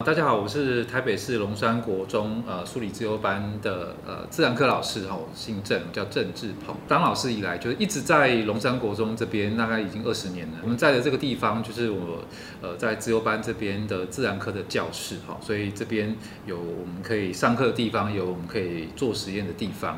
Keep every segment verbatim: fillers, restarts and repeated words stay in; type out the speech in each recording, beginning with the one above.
大家好，我是台北市龙山国中呃数理自由班的呃自然科老师哈，我姓郑，我叫郑志鹏。当老师以来，就是一直在龙山国中这边，大概已经二十年了。我们在的这个地方，就是我呃在自由班这边的自然科的教室哈，所以这边有我们可以上课的地方，有我们可以做实验的地方。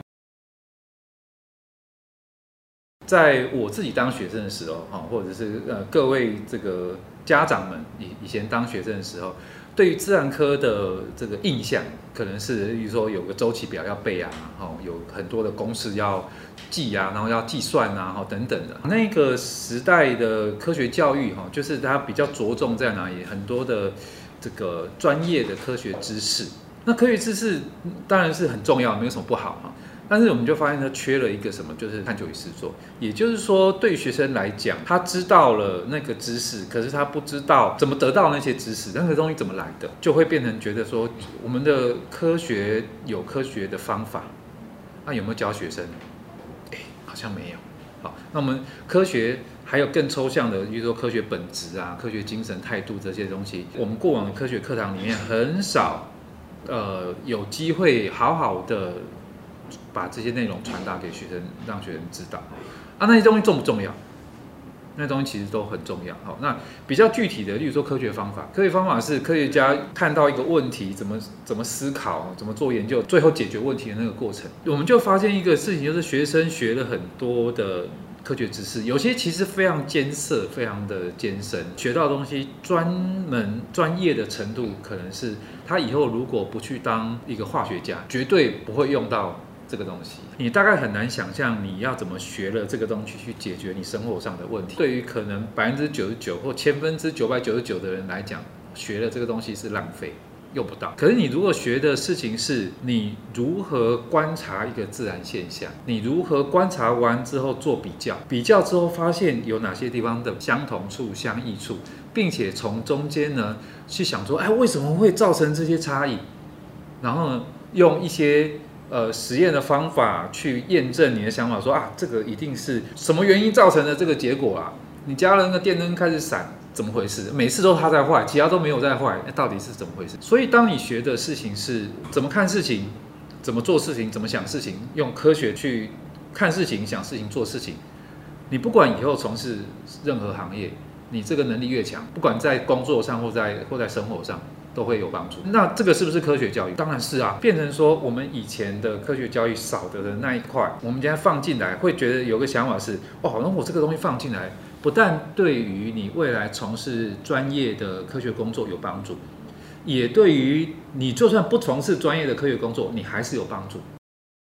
在我自己当学生的时候，哈，或者是呃各位这个家长们以以前当学生的时候，对于自然科的这个印象，可能是比如说有个周期表要背啊，哈，有很多的公式要记啊，然后要计算啊，哈等等的。那个时代的科学教育，哈，就是它比较着重在哪里？很多的这个专业的科学知识。那科学知识当然是很重要，没有什么不好哈。但是我们就发现它缺了一个什么，就是探究与实作。也就是说，对学生来讲，他知道了那个知识，可是他不知道怎么得到那些知识，那个东西怎么来的，就会变成觉得说，我们的科学有科学的方法，那、啊、有没有教学生？哎，好像没有。好，那我们科学还有更抽象的，比如说科学本质啊、科学精神、态度这些东西，我们过往的科学课堂里面很少，呃，有机会好好的把这些内容传达给学生，让学生知道啊，那些东西重不重要？那些东西其实都很重要。好，那比较具体的，例如说科学方法，科学方法是科学家看到一个问题，怎么怎么思考，怎么做研究，最后解决问题的那个过程。我们就发现一个事情，就是学生学了很多的科学知识，有些其实非常艰涩，非常的艰深，学到的东西专门专业的程度，可能是他以后如果不去当一个化学家，绝对不会用到这个东西。你大概很难想象你要怎么学了这个东西去解决你生活上的问题。对于可能百分之九十九或千分之九百九十九的人来讲，学了这个东西是浪费，用不到。可是你如果学的事情是你如何观察一个自然现象，你如何观察完之后做比较，比较之后发现有哪些地方的相同处、相异处，并且从中间呢去想说，哎，为什么会造成这些差异？然后呢，用一些呃实验的方法去验证你的想法，说啊，这个一定是什么原因造成的这个结果啊？你加了那个电灯开始闪。怎么回事？每次都它在坏，其他都没有在坏，到底是怎么回事？所以，当你学的事情是怎么看事情、怎么做事情、怎么想事情，用科学去看事情、想事情、做事情，你不管以后从事任何行业，你这个能力越强，不管在工作上或在或在生活上，都会有帮助。那这个是不是科学教育？当然是啊，变成说我们以前的科学教育少的的那一块，我们今天放进来，会觉得有个想法是，哦，好像我这个东西放进来。不但对于你未来从事专业的科学工作有帮助，也对于你就算不从事专业的科学工作，你还是有帮助。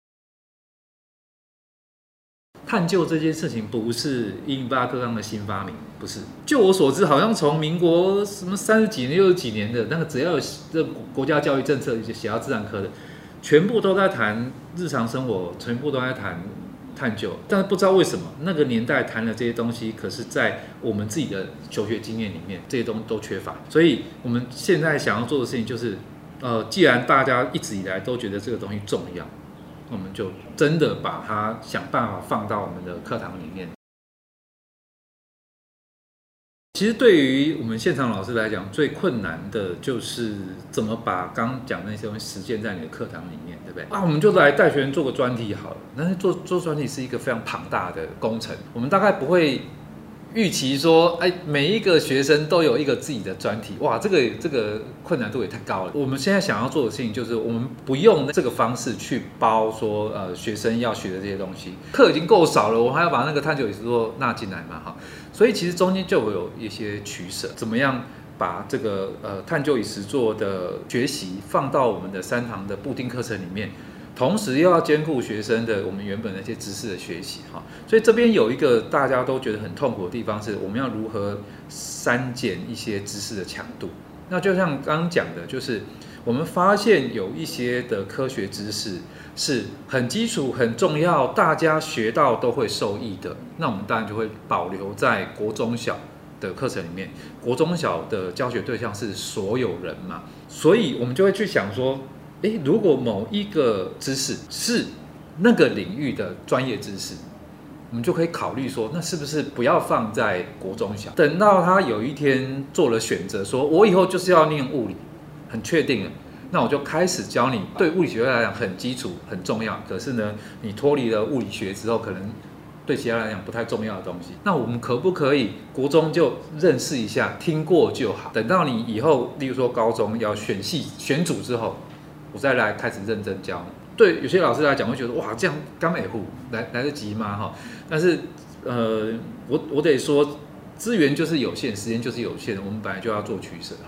探究这件事情不是一零八课纲的新发明，不是。就我所知，好像从民国什么三十几年、六十几年的那个，只要有这国家教育政策写到自然科的，全部都在谈日常生活，全部都在谈探究，但是不知道为什么那个年代谈的这些东西，可是在我们自己的求学经验里面，这些东西都缺乏。所以我们现在想要做的事情就是，呃，既然大家一直以来都觉得这个东西重要，我们就真的把它想办法放到我们的课堂里面。其实对于我们现场老师来讲，最困难的就是怎么把刚刚讲的那些东西实践在你的课堂里面，对不对？啊，我们就来带学生做个专题好了。但是做做专题是一个非常庞大的工程，我们大概不会预期说，哎，每一个学生都有一个自己的专题，哇，这个这个困难度也太高了。我们现在想要做的事情就是，我们不用这个方式去包说，呃，学生要学的这些东西，课已经够少了，我们还要把那个探究与实作纳进来嘛，哈。所以其实中间就会有一些取舍，怎么样把这个呃探究与实作的学习放到我们的三堂的固定课程里面，同时又要兼顾学生的我们原本那些知识的学习哈。所以这边有一个大家都觉得很痛苦的地方是，我们要如何删减一些知识的强度。那就像刚刚讲的，就是我们发现有一些的科学知识是很基础、很重要，大家学到都会受益的，那我们当然就会保留在国中小的课程里面。国中小的教学对象是所有人嘛，所以我们就会去想说，诶，如果某一个知识是那个领域的专业知识，我们就可以考虑说，那是不是不要放在国中小，等到他有一天做了选择，说我以后就是要念物理， 很确定了，那我就开始教你对物理学来讲很基础、很重要，可是呢，你脱离了物理学之后，可能对其他人来讲不太重要的东西。那我们可不可以国中就认识一下，听过就好？等到你以后，例如说高中要选系、选组之后，我再来开始认真教你。对有些老师来讲，会觉得哇，这样刚美户来来得及吗？哈，但是呃，我我得说，资源就是有限，时间就是有限，我们本来就要做取舍。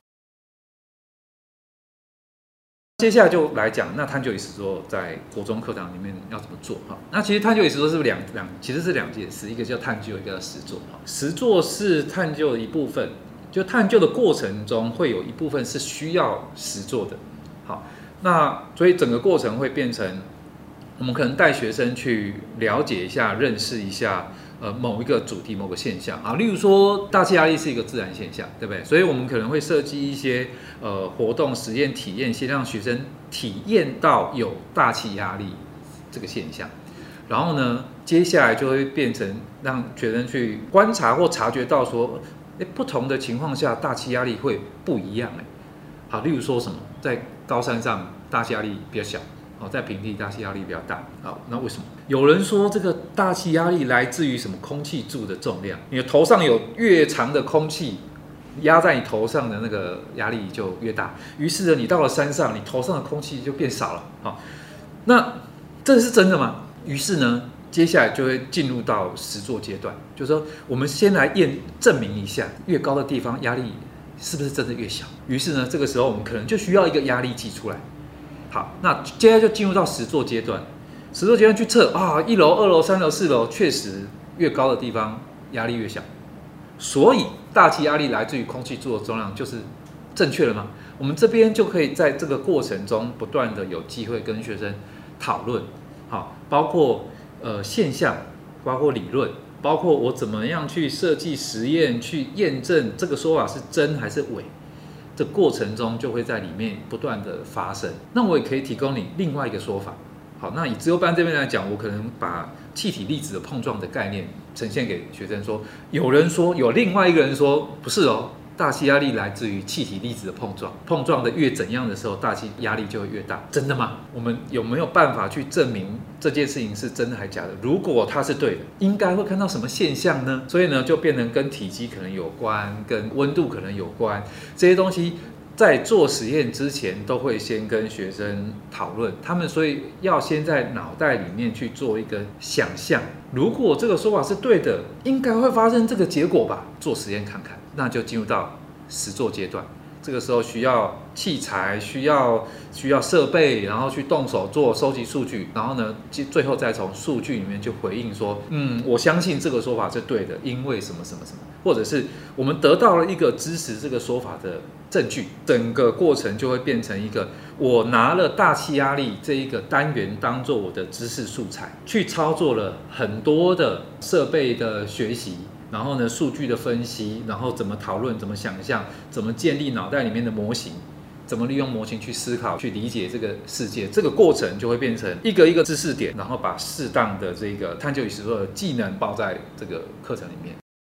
接下来就来讲，那探究与实作在国中课堂里面要怎么做哈？那其实探究与实作是不是两两，其实是两件事，一个叫探究，一个叫实作哈。实作是探究的一部分，就探究的过程中会有一部分是需要实作的。好，那所以整个过程会变成，我们可能带学生去了解一下、认识一下。呃，某一个主题、某个现象啊，例如说大气压力是一个自然现象，对不对？所以我们可能会设计一些呃活动、实验、体验，先让学生体验到有大气压力这个现象，然后呢，接下来就会变成让学生去观察或察觉到说，哎，不同的情况下大气压力会不一样哎。好，例如说什么，在高山上大气压力比较小。哦，在平地大气压力比较大，好，那为什么？有人说这个大气压力来自于什么？空气柱的重量，你的头上有越长的空气压在你头上的那个压力就越大。于是呢，你到了山上，你头上的空气就变少了。好，那这是真的吗？于是呢，接下来就会进入到实作阶段，就是说，我们先来验证明一下，越高的地方压力是不是真的越小？于是呢，这个时候我们可能就需要一个压力计出来。好，那接下来就进入到实作阶段。实作阶段去测啊，一楼、二楼、三楼、四楼，确实越高的地方压力越小，所以大气压力来自于空气柱的重量就是正确了吗？我们这边就可以在这个过程中不断的有机会跟学生讨论，好，包括呃现象，包括理论，包括我怎么样去设计实验去验证这个说法是真还是伪。这过程中就会在里面不断的发生。那我也可以提供你另外一个说法。好，那以自由班这边来讲，我可能把气体粒子的碰撞的概念呈现给学生说，有人说，有另外一个人说，不是哦，大气压力来自于气体粒子的碰撞，碰撞的越怎样的时候，大气压力就会越大。真的吗？我们有没有办法去证明这件事情是真的还假的？如果它是对的，应该会看到什么现象呢？所以呢，就变成跟体积可能有关，跟温度可能有关，这些东西在做实验之前都会先跟学生讨论，他们所以要先在脑袋里面去做一个想象，如果这个说法是对的，应该会发生这个结果吧？做实验看看。那就进入到实作阶段，这个时候需要器材，需要需要设备，然后去动手做收集数据，然后呢，最后再从数据里面去回应说，嗯，我相信这个说法是对的，因为什么什么什么，或者是我们得到了一个支持这个说法的证据，整个过程就会变成一个，我拿了大气压力这一个单元当做我的知识素材，去操作了很多的设备的学习。然后呢，数据的分析，然后怎么讨论，怎么想象，怎么建立脑袋里面的模型，怎么利用模型去思考、去理解这个世界，这个过程就会变成一个一个知识点，然后把适当的这个探究与实作的技能包在这个课程里面。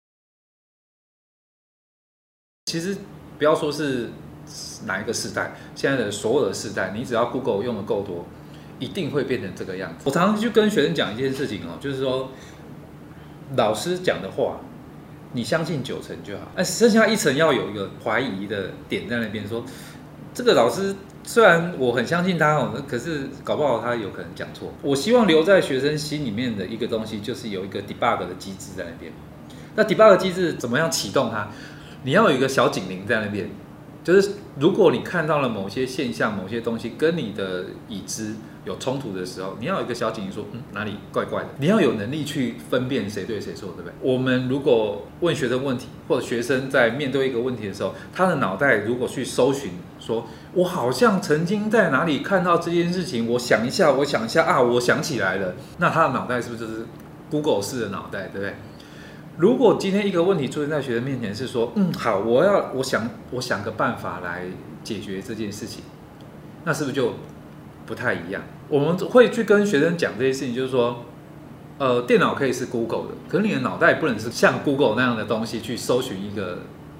其实不要说是哪一个世代，现在的所有的世代，你只要 Google 用的够多，一定会变成这个样子。我常常去跟学生讲一件事情哦，就是说，老师讲的话，你相信九成就好，哎，剩下一层要有一个怀疑的点在那边，说这个老师虽然我很相信他哦，可是搞不好他有可能讲错。我希望留在学生心里面的一个东西，就是有一个 debug 的机制在那边。那 debug 机制怎么样启动它？你要有一个小警铃在那边，就是如果你看到了某些现象、某些东西跟你的已知有冲突的时候，你要有一个小警铃说，嗯，哪里怪怪的。你要有能力去分辨谁对谁错，对不对？我们如果问学生问题，或者学生在面对一个问题的时候，他的脑袋如果去搜寻，说我好像曾经在哪里看到这件事情，我想一下，我想一下啊，我想起来了，那他的脑袋是不是就是 Google 式的脑袋，对不对？如果今天一个问题出现在学生面前，是说，嗯，好，我要，我想，我想个办法来解决这件事情，那是不是就不太一样？我们会去跟学生讲这些事情，就是说，呃，电脑可以是 Google 的，可是你的脑袋不能是像 Google 那样的东西去搜寻一个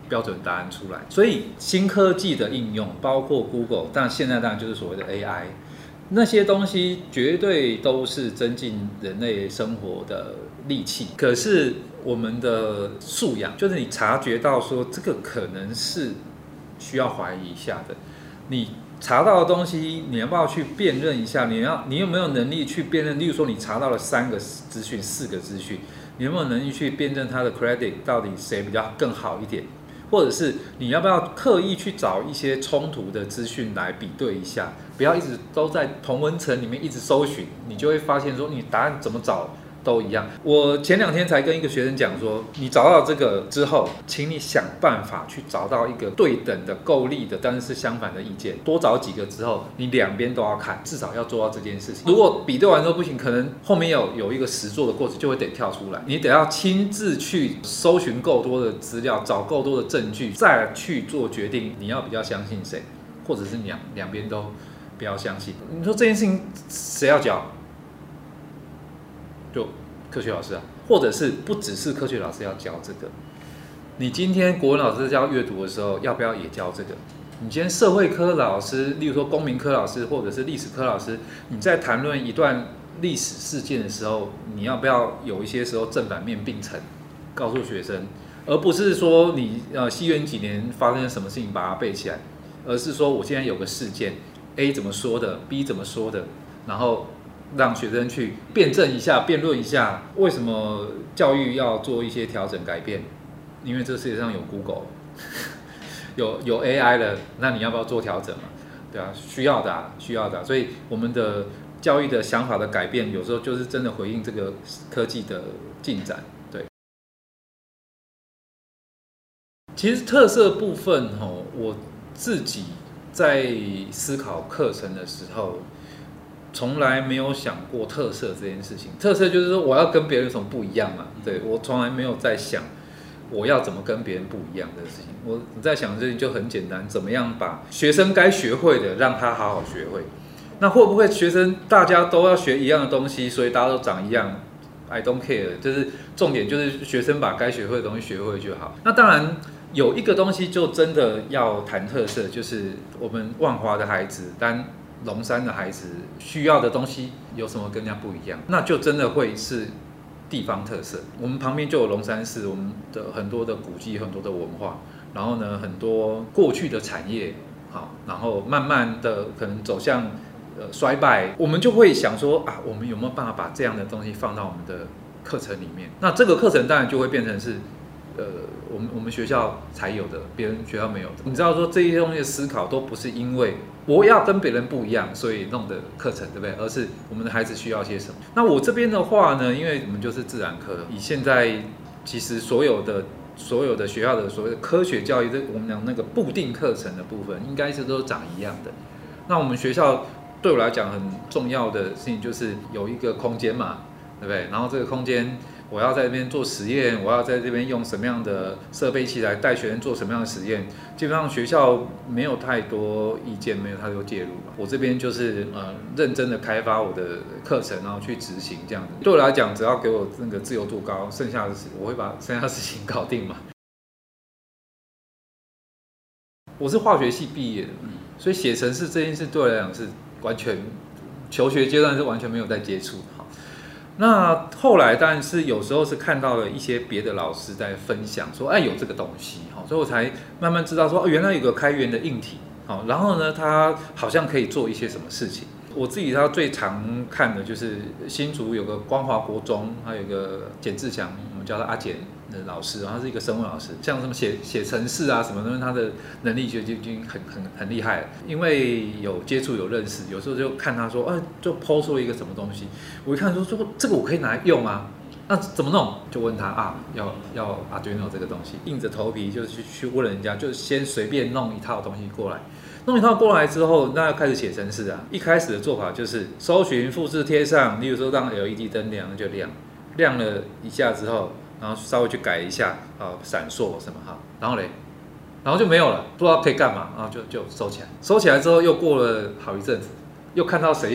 标准答案出来。所以新科技的应用，包括 Google， 但现在当然就是所谓的 A I， 那些东西绝对都是增进人类生活的利器。可是我们的素养，就是你察觉到说这个可能是需要怀疑一下的，你查到的东西，你要不要去辨认一下？你要，你有没有能力去辨认？例如说，你查到了三个资讯、四个资讯，你有没有能力去辨认它的 credit 到底谁比较更好一点？或者是你要不要刻意去找一些冲突的资讯来比对一下？不要一直都在同温层里面一直搜寻，你就会发现说，你答案怎么找都一样。我前两天才跟一个学生讲说，你找到这个之后，请你想办法去找到一个对等的、够力的，但是相反的意见。多找几个之后，你两边都要看，至少要做到这件事情。如果比对完之后不行，可能后面有有一个实作的过程，就会得跳出来。你得要亲自去搜寻够多的资料，找够多的证据，再去做决定，你要比较相信谁，或者是两两边都不要相信。你说这件事情谁要教？就科学老师啊，或者是不只是科学老师要教这个，你今天国文老师教阅读的时候，要不要也教这个？你今天社会科老师，例如说公民科老师或者是历史科老师，你在谈论一段历史事件的时候，你要不要有一些时候正反面并陈，告诉学生，而不是说你呃西元几年发生了什么事情把它背起来，而是说我现在有个事件 A 怎么说的 ，B 怎么说的，然后让学生去辩证一下、辩论一下，为什么教育要做一些调整改变？因为这世界上有 Google， 有有 A I 了，那你要不要做调整嘛？对啊，需要的、啊，需要的、啊。所以我们的教育的想法的改变，有时候就是真的回应这个科技的进展。对，其实特色部分哦，我自己在思考课程的时候，从来没有想过特色这件事情。特色就是说我要跟别人有什么不一样嘛？对，我从来没有在想我要怎么跟别人不一样的事情。我在想的事情就很简单，怎么样把学生该学会的让他好好学会。那会不会学生大家都要学一样的东西，所以大家都长一样 ？I don't care， 就是重点就是学生把该学会的东西学会就好。那当然有一个东西就真的要谈特色，就是我们万华的孩子，但龙山的孩子需要的东西有什么跟人家不一样？那就真的会是地方特色。我们旁边就有龙山寺，我们的很多的古迹、很多的文化，然后呢，很多过去的产业，好，然后慢慢的可能走向呃衰败，我们就会想说啊，我们有没有办法把这样的东西放到我们的课程里面？那这个课程当然就会变成是。呃，我们我们学校才有的，别人学校没有的。你知道说这些东西的思考都不是因为我要跟别人不一样，所以弄的课程，对不对？而是我们的孩子需要些什么。那我这边的话呢，因为我们就是自然科，以现在其实所有的所有的学校的所谓的科学教育，这我们讲那个固定课程的部分，应该是都长一样的。那我们学校对我来讲很重要的事情就是有一个空间嘛，对不对？然后这个空间。我要在这边做实验，我要在这边用什么样的设备器材带学生做什么样的实验，基本上学校没有太多意见，没有太多介入。我这边就是呃认真的开发我的课程，然后去执行这样子。对我来讲，只要给我那个自由度高，剩下的事我会把剩下的事情搞定嘛。我是化学系毕业的，所以写程式这件事对我来讲是完全求学阶段是完全没有在接触。那后来当然是有时候是看到了一些别的老师在分享说，哎，有这个东西，所以我才慢慢知道说，哦，原来有个开源的硬体，然后呢，它好像可以做一些什么事情。我自己他最常看的就是新竹有个光华国中，还有一个简志强，我们叫他阿简的老师，他是一个生物老师，像什么写写程式啊什么的，他的能力就已经很很很厉害了。因为有接触有认识，有时候就看他说，哎，就 po 出了一个什么东西，我一看说，说这个我可以拿来用啊，那怎么弄？就问他啊，要要 Arduino 这个东西，硬着头皮就去去问人家，就先随便弄一套东西过来。弄一套过来之后，那要开始写程式啊。一开始的做法就是搜寻、复制、贴上，例如说让 L E D 灯亮，那就亮，亮了一下之后，然后稍微去改一下，啊，闪烁什么哈，然后嘞，然后就没有了，不知道可以干嘛，然后就就收起来。收起来之后，又过了好一阵子，又看到谁又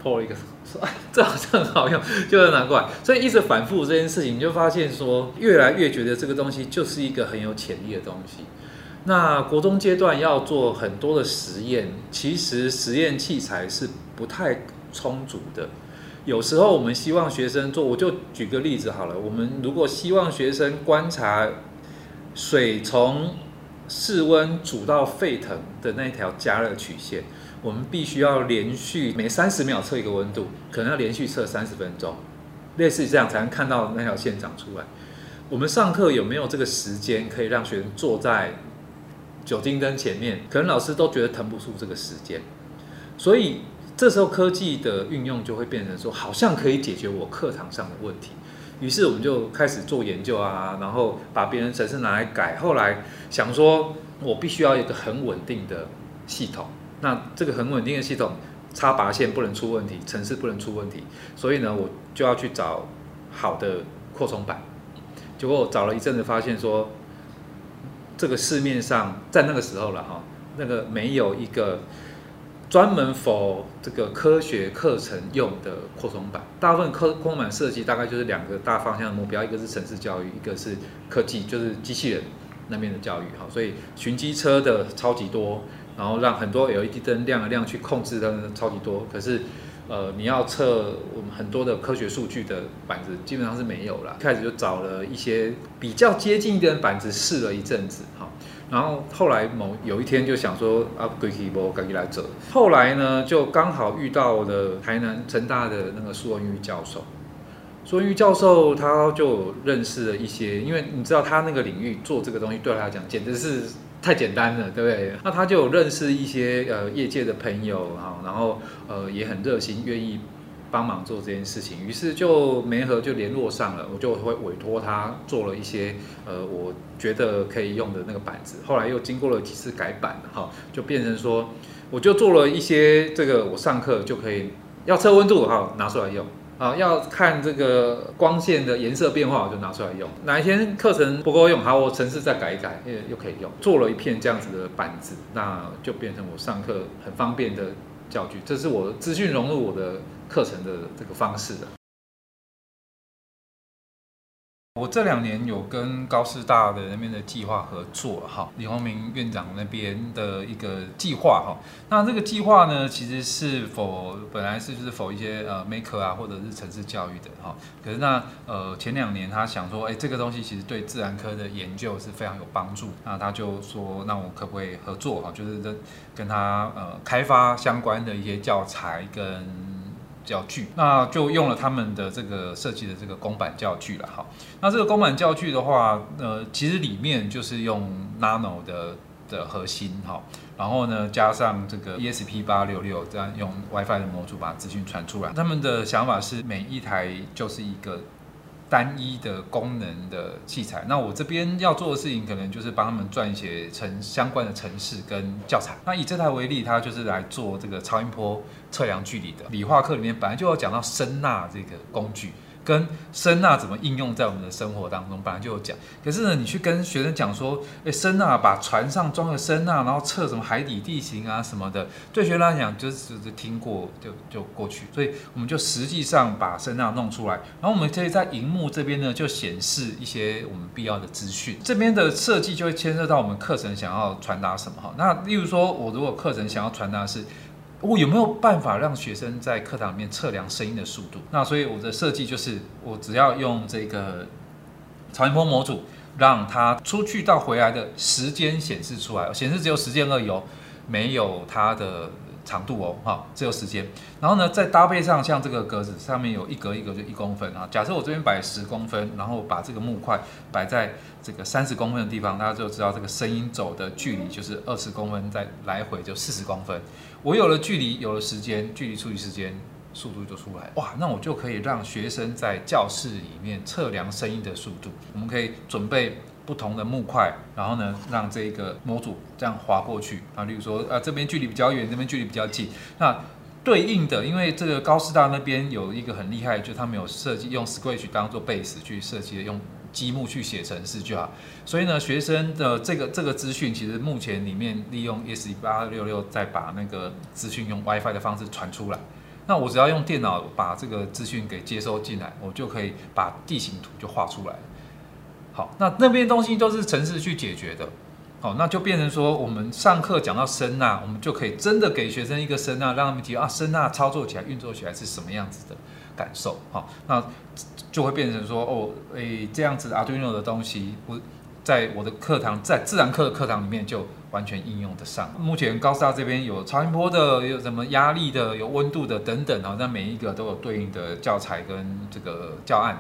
po 了一个说，哎，这好像很好用，就拿过来，所以一直反复这件事情，你就发现说，越来越觉得这个东西就是一个很有潜力的东西。那国中阶段要做很多的实验，其实实验器材是不太充足的。有时候我们希望学生做，我就举个例子好了，我们如果希望学生观察水从室温煮到沸腾的那条加热曲线，我们必须要连续每三十秒测一个温度，可能要连续测三十分钟，类似这样才能看到那条线长出来。我们上课有没有这个时间可以让学生坐在酒精灯前面？可能老师都觉得腾不出这个时间，所以这时候科技的运用就会变成说，好像可以解决我课堂上的问题。于是我们就开始做研究啊，然后把别人程式拿来改。后来想说，我必须要有一个很稳定的系统。那这个很稳定的系统，插拔线不能出问题，程式不能出问题。所以呢，我就要去找好的扩充板。结果我找了一阵子，发现说，这个市面上在那个时候了哈，那个没有一个专门 for 这个科学课程用的扩充板。大部分扩充板设计大概就是两个大方向的目标，一个是程式教育，一个是科技，就是机器人那边的教育。所以循机车的超级多，然后让很多 L E D 灯亮的亮去控制的超级多。可是呃，你要测我们很多的科学数据的板子，基本上是没有啦。开始就找了一些比较接近一点的板子试了一阵子，哈，然后后来某有一天就想说啊，归去我自己来做。后来呢，就刚好遇到了台南成大的那个苏文玉教授。苏文玉教授他就认识了一些，因为你知道他那个领域做这个东西对他来讲简直是太简单了，对不对？那他就有认识一些呃业界的朋友啊，然后呃也很热心，愿意帮忙做这件事情，于是就媒合就联络上了，我就会委托他做了一些呃我觉得可以用的那个板子。后来又经过了几次改版，哈，就变成说我就做了一些这个我上课就可以要测温度哈拿出来用。啊，要看这个光线的颜色变化，我就拿出来用。哪一天课程不够用，好，我程式再改一改，又可以用。做了一片这样子的板子，那就变成我上课很方便的教具。这是我资讯融入我的课程的这个方式的。我这两年有跟高师大的那边的计划合作哈，李宏明院长那边的一个计划哈。那这个计划呢，其实是否本来是就是否一些呃 maker 啊，或者是程式教育的哈。可是那呃前两年他想说，哎、欸，这个东西其实对自然科的研究是非常有帮助。那他就说，那我可不可以合作哈？就是跟他呃开发相关的一些教材跟教具，那就用了他们的这个设计的这个公版教具了哈。那这个公版教具的话，呃，其实里面就是用 Nano 的的核心哈，然后呢加上这个 E S P 八六六，这样用 WiFi 的模组把资讯传出来。他们的想法是每一台就是一个单一的功能的器材。那我这边要做的事情，可能就是帮他们撰写成相关的程式跟教材。那以这台为例，它就是来做这个超音波测量距离的。理化课里面本来就有讲到声呐这个工具，跟声呐怎么应用在我们的生活当中，本来就有讲。可是呢，你去跟学生讲说，哎，声呐把船上装个声呐，然后测什么海底地形啊什么的，对学生来讲就是听过就就过去。所以我们就实际上把声呐弄出来，然后我们可以在荧幕这边呢就显示一些我们必要的资讯。这边的设计就会牵涉到我们课程想要传达什么哈。那例如说，我如果课程想要传达的是，我有没有办法让学生在课堂里面测量声音的速度？那所以我的设计就是，我只要用这个超音波模组，让它出去到回来的时间显示出来，显示只有时间而已哦，没有它的长度哦，哈，只有时间。然后呢，再搭配上像这个格子上面有一格一格就一公分啊。假设我这边摆十公分，然后把这个木块摆在这个三十公分的地方，大家就知道这个声音走的距离就是二十公分，再来回就四十公分。我有了距离，有了时间，距离除以时间，速度就出来。哇，那我就可以让学生在教室里面测量声音的速度。我们可以准备不同的木块，然后呢，让这个模组这样滑过去啊。例如说，啊这边距离比较远，这边距离比较近。那对应的，因为这个高师大那边有一个很厉害，就他们有设计用 Scratch 当做 base 去设计的，用积木去写程式就好。所以呢，学生的这个这个资讯，其实目前里面利用 E S P 八六六再把那个资讯用 WiFi 的方式传出来。 那我只要用电脑把这个资讯给接收进来，我就可以把地形图就画出来。好，那那边东西都是程式去解决的。好，那就变成说，我们上课讲到声呐，我们就可以真的给学生一个声呐，让他们体验啊，声呐操作起来、运作起来是什么样子的感受。好，那就会变成说，哦，诶，这样子 Arduino 的东西，不在我的课堂，在自然课的课堂里面就完全应用得上。目前高师大这边有超音波的，有什么压力的，有温度的等等啊，那每一个都有对应的教材跟这个教案。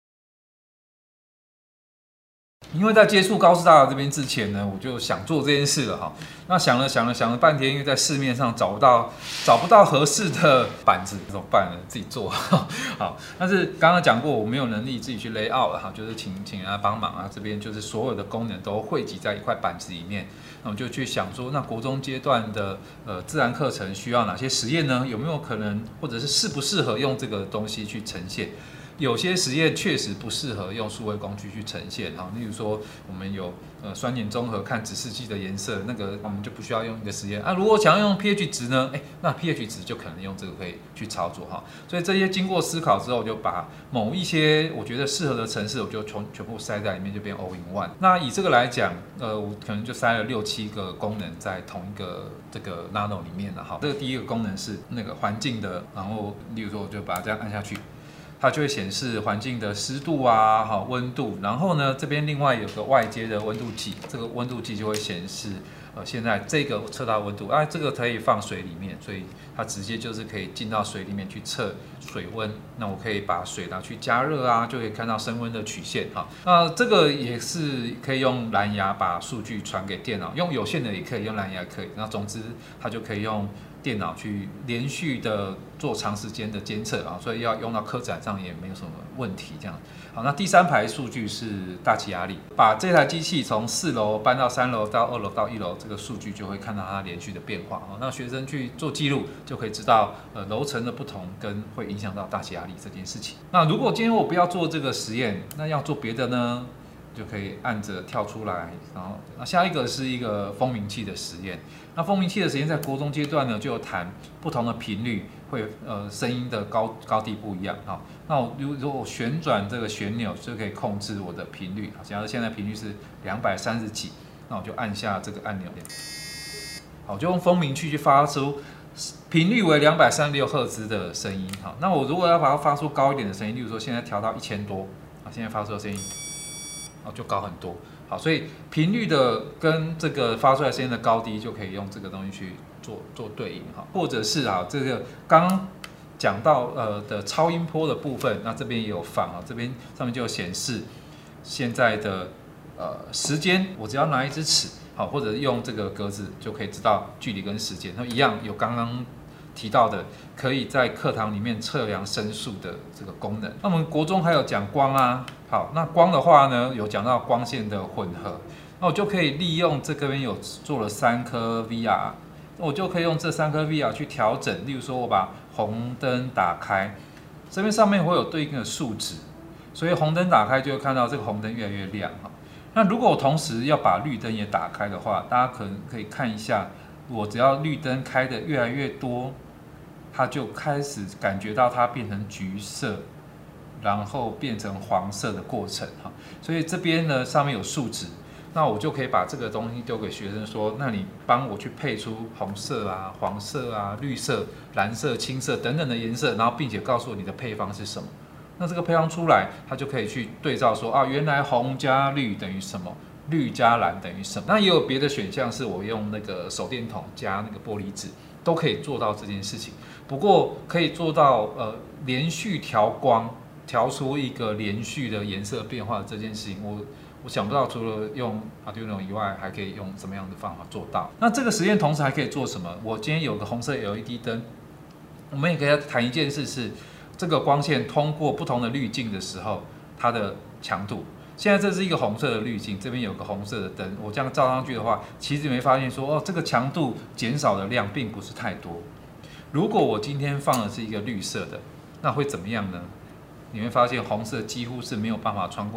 因为在接触高师大这边之前呢，我就想做这件事了哈。那想了想了想了半天，因为在市面上找不到找不到合适的板子，怎么办呢？自己做好。但是刚刚讲过，我没有能力自己去 lay out 了哈，就是请请人家帮忙啊。这边就是所有的功能都汇集在一块板子里面，那我就去想说，那国中阶段的呃自然课程需要哪些实验呢？有没有可能，或者是适不适合用这个东西去呈现？有些实验确实不适合用数位工具去呈现哈，例如说我们有呃酸碱中和看指示剂的颜色，那个我们就不需要用一个实验啊。如果想要用 pH 值呢，哎，那 pH 值就可能用这个可以去操作哈。所以这些经过思考之后，我就把某一些我觉得适合的程式，我就全全部塞在里面，就变 all in one。那以这个来讲，呃，我可能就塞了六七个功能在同一个这个 Nano 里面了哈。这个第一个功能是那个环境的，然后例如说我就把它这样按下去。它就会显示环境的湿度啊，好温度，然后呢，这边另外有个外接的温度计，这个温度计就会显示，呃，现在这个测到温度啊，这个可以放水里面，所以它直接就是可以进到水里面去测水温。那我可以把水拿去加热啊，就可以看到升温的曲线哈。那这个也是可以用蓝牙把数据传给电脑，用有线的也可以，用蓝牙也可以。那总之它就可以用电脑去连续的做长时间的监测啊，所以要用到科展上也没有什么问题。这样，好，那第三排数据是大气压力，把这台机器从四楼搬到三楼到二楼到一楼，这个数据就会看到它连续的变化啊。那学生去做记录，就可以知道呃楼层的不同跟会影响到大气压力这件事情。那如果今天我不要做这个实验，那要做别的呢？就可以按着跳出来，然后那下一个是一个风鸣器的实验。那风鸣器的实验在国中阶段呢，就有谈不同的频率会呃声音的高高低不一样啊。那我如如果我旋转这个旋钮就可以控制我的频率啊。假如现在频率是两百三十几，那我就按下这个按钮，好，就用风鸣器去发出频率为两百三十六赫兹的声音。好，那我如果要把它发出高一点的声音，例如说现在调到一千多啊，现在发出的声音。哦，就高很多。好，所以频率的跟这个发出来声音的高低就可以用这个东西去做做对应哈，或者是啊，这个刚刚讲到呃的超音波的部分，那这边也有放啊，这边上面就有显示现在的呃时间，我只要拿一支尺，好，或者用这个格子就可以知道距离跟时间，那一样有刚刚提到的，可以在课堂里面测量声速的这个功能。那我们国中还有讲光啊。好，那光的话呢，有讲到光线的混合，那我就可以利用这边有做了三颗 V R， 我就可以用这三颗 V R 去调整。例如说，我把红灯打开，这边上面会有对应的数值，所以红灯打开就会看到这个红灯越来越亮哈。那如果我同时要把绿灯也打开的话，大家可能可以看一下，我只要绿灯开的越来越多，它就开始感觉到它变成橘色。然后变成黄色的过程哈，所以这边呢上面有数值，那我就可以把这个东西丢给学生说，那你帮我去配出红色啊、黄色啊、绿色、蓝色、青色等等的颜色，然后并且告诉我你的配方是什么。那这个配方出来，它就可以去对照说啊，原来红加绿等于什么，绿加蓝等于什么。那也有别的选项，是我用那个手电筒加那个玻璃纸，都可以做到这件事情。不过可以做到呃连续调光。调出一个连续的颜色变化的这件事情，我我想不到除了用 Arduino 以外，还可以用什么样的方法做到。那这个实验同时还可以做什么？我今天有个红色 L E D 灯，我们也可以谈一件事是，这个光线通过不同的滤镜的时候，它的强度。现在这是一个红色的滤镜，这边有个红色的灯，我这样照上去的话，其实你会发现说，哦，这个强度减少的量并不是太多。如果我今天放的是一个绿色的，那会怎么样呢？你会发现红色几乎是没有办法穿过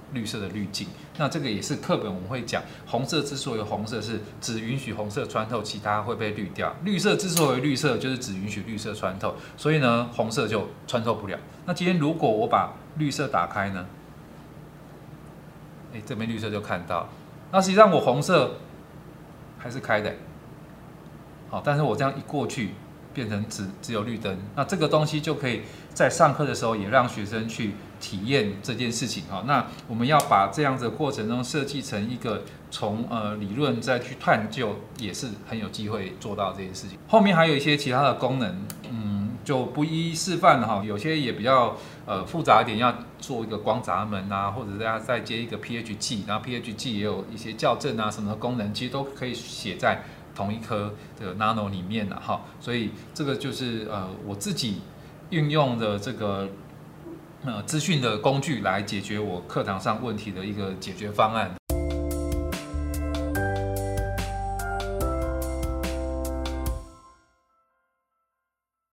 绿色的滤镜。那这个也是课本我们会讲，红色之所以红色是只允许红色穿透，其他会被滤掉。绿色之所以绿色就是只允许绿色穿透，所以呢红色就穿透不了。那今天如果我把绿色打开呢？哎，这边绿色就看到，那实际上我红色还是开的，好，但是我这样一过去，变成只只有绿灯，那这个东西就可以在上课的时候也让学生去体验这件事情哈。那我们要把这样子的过程中设计成一个从呃理论再去探究，也是很有机会做到这件事情。后面还有一些其他的功能，嗯，就不一一示范了哈。有些也比较呃复杂一点，要做一个光闸门啊，或者是要再接一个 pH 计，然后 pH 计也有一些校正啊什么的功能，其实都可以写在同一颗这个 nano 里面了哈。所以这个就是呃我自己运用的这个呃资讯的工具来解决我课堂上问题的一个解决方案。